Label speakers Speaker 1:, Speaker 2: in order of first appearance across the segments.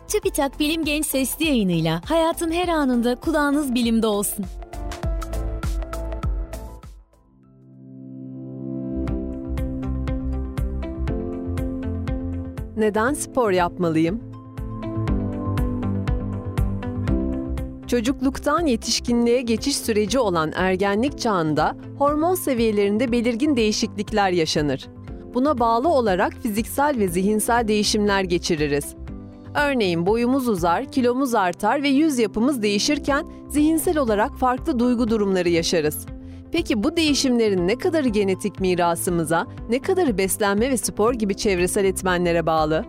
Speaker 1: TÜBİTAK Bilim Genç Sesli Yayınıyla hayatın her anında kulağınız bilimde olsun.
Speaker 2: Neden spor yapmalıyım? Çocukluktan yetişkinliğe geçiş süreci olan ergenlik çağında hormon seviyelerinde belirgin değişiklikler yaşanır. Buna bağlı olarak fiziksel ve zihinsel değişimler geçiririz. Örneğin boyumuz uzar, kilomuz artar ve yüz yapımız değişirken zihinsel olarak farklı duygu durumları yaşarız. Peki bu değişimlerin ne kadarı genetik mirasımıza, ne kadarı beslenme ve spor gibi çevresel etmenlere bağlı?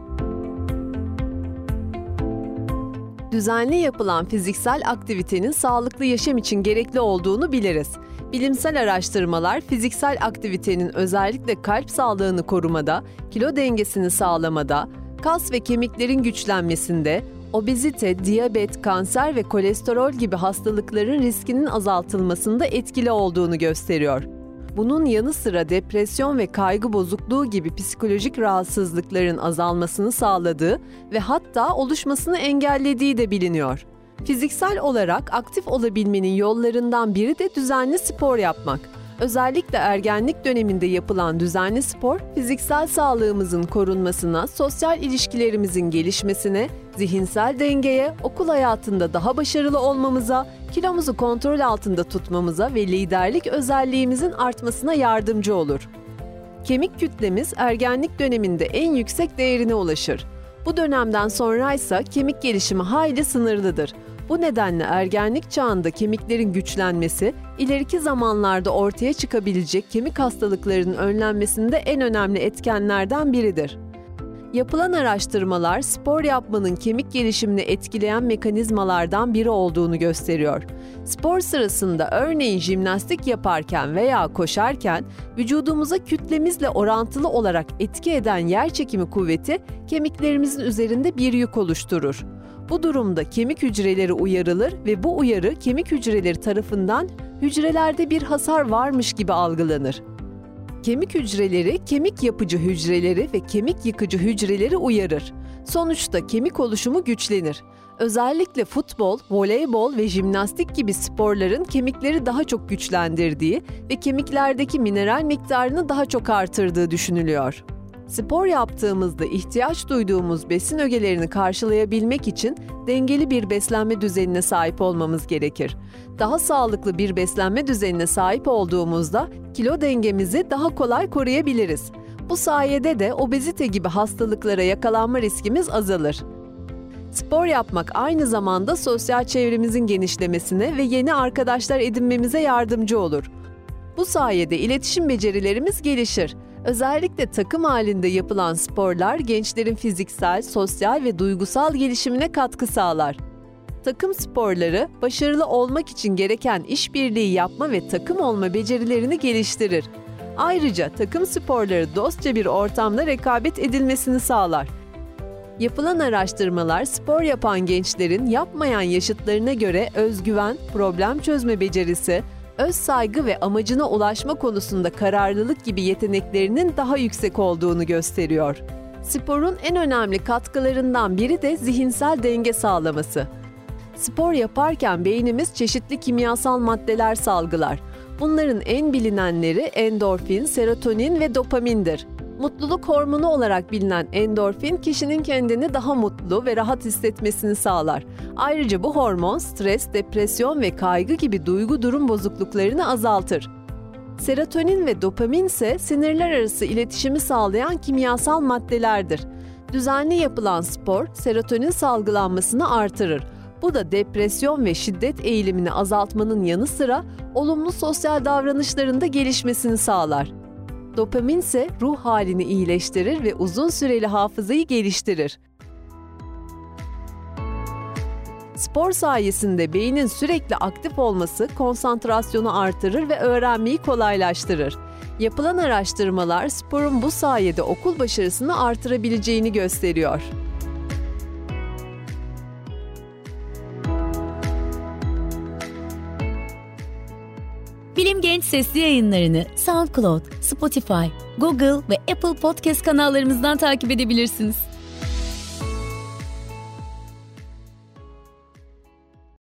Speaker 2: Düzenli yapılan fiziksel aktivitenin sağlıklı yaşam için gerekli olduğunu biliriz. Bilimsel araştırmalar fiziksel aktivitenin özellikle kalp sağlığını korumada, kilo dengesini sağlamada, kas ve kemiklerin güçlenmesinde, obezite, diyabet, kanser ve kolesterol gibi hastalıkların riskinin azaltılmasında etkili olduğunu gösteriyor. Bunun yanı sıra depresyon ve kaygı bozukluğu gibi psikolojik rahatsızlıkların azalmasını sağladığı ve hatta oluşmasını engellediği de biliniyor. Fiziksel olarak aktif olabilmenin yollarından biri de düzenli spor yapmak. Özellikle ergenlik döneminde yapılan düzenli spor, fiziksel sağlığımızın korunmasına, sosyal ilişkilerimizin gelişmesine, zihinsel dengeye, okul hayatında daha başarılı olmamıza, kilomuzu kontrol altında tutmamıza ve liderlik özelliğimizin artmasına yardımcı olur. Kemik kütlemiz ergenlik döneminde en yüksek değerine ulaşır. Bu dönemden sonraysa kemik gelişimi hayli sınırlıdır. Bu nedenle ergenlik çağında kemiklerin güçlenmesi, ileriki zamanlarda ortaya çıkabilecek kemik hastalıklarının önlenmesinde en önemli etkenlerden biridir. Yapılan araştırmalar spor yapmanın kemik gelişimini etkileyen mekanizmalardan biri olduğunu gösteriyor. Spor sırasında örneğin jimnastik yaparken veya koşarken vücudumuza kütlemizle orantılı olarak etki eden yerçekimi kuvveti kemiklerimizin üzerinde bir yük oluşturur. Bu durumda kemik hücreleri uyarılır ve bu uyarı kemik hücreleri tarafından hücrelerde bir hasar varmış gibi algılanır. Kemik hücreleri, kemik yapıcı hücreleri ve kemik yıkıcı hücreleri uyarır. Sonuçta kemik oluşumu güçlenir. Özellikle futbol, voleybol ve jimnastik gibi sporların kemikleri daha çok güçlendirdiği ve kemiklerdeki mineral miktarını daha çok artırdığı düşünülüyor. Spor yaptığımızda ihtiyaç duyduğumuz besin ögelerini karşılayabilmek için dengeli bir beslenme düzenine sahip olmamız gerekir. Daha sağlıklı bir beslenme düzenine sahip olduğumuzda kilo dengemizi daha kolay koruyabiliriz. Bu sayede de obezite gibi hastalıklara yakalanma riskimiz azalır. Spor yapmak aynı zamanda sosyal çevremizin genişlemesine ve yeni arkadaşlar edinmemize yardımcı olur. Bu sayede iletişim becerilerimiz gelişir. Özellikle takım halinde yapılan sporlar gençlerin fiziksel, sosyal ve duygusal gelişimine katkı sağlar. Takım sporları, başarılı olmak için gereken işbirliği yapma ve takım olma becerilerini geliştirir. Ayrıca takım sporları dostça bir ortamda rekabet edilmesini sağlar. Yapılan araştırmalar spor yapan gençlerin yapmayan yaşıtlarına göre özgüven, problem çözme becerisi, öz saygı ve amacına ulaşma konusunda kararlılık gibi yeteneklerinin daha yüksek olduğunu gösteriyor. Sporun en önemli katkılarından biri de zihinsel denge sağlaması. Spor yaparken beynimiz çeşitli kimyasal maddeler salgılar. Bunların en bilinenleri endorfin, serotonin ve dopamindir. Mutluluk hormonu olarak bilinen endorfin, kişinin kendini daha mutlu ve rahat hissetmesini sağlar. Ayrıca bu hormon, stres, depresyon ve kaygı gibi duygu durum bozukluklarını azaltır. Serotonin ve dopamin ise sinirler arası iletişimi sağlayan kimyasal maddelerdir. Düzenli yapılan spor, serotonin salgılanmasını artırır. Bu da depresyon ve şiddet eğilimini azaltmanın yanı sıra olumlu sosyal davranışların da gelişmesini sağlar. Dopamin ise ruh halini iyileştirir ve uzun süreli hafızayı geliştirir. Spor sayesinde beynin sürekli aktif olması konsantrasyonu artırır ve öğrenmeyi kolaylaştırır. Yapılan araştırmalar sporun bu sayede okul başarısını artırabileceğini gösteriyor.
Speaker 1: Bilim Genç Sesli Yayınlarını SoundCloud, Spotify, Google ve Apple Podcast kanallarımızdan takip edebilirsiniz.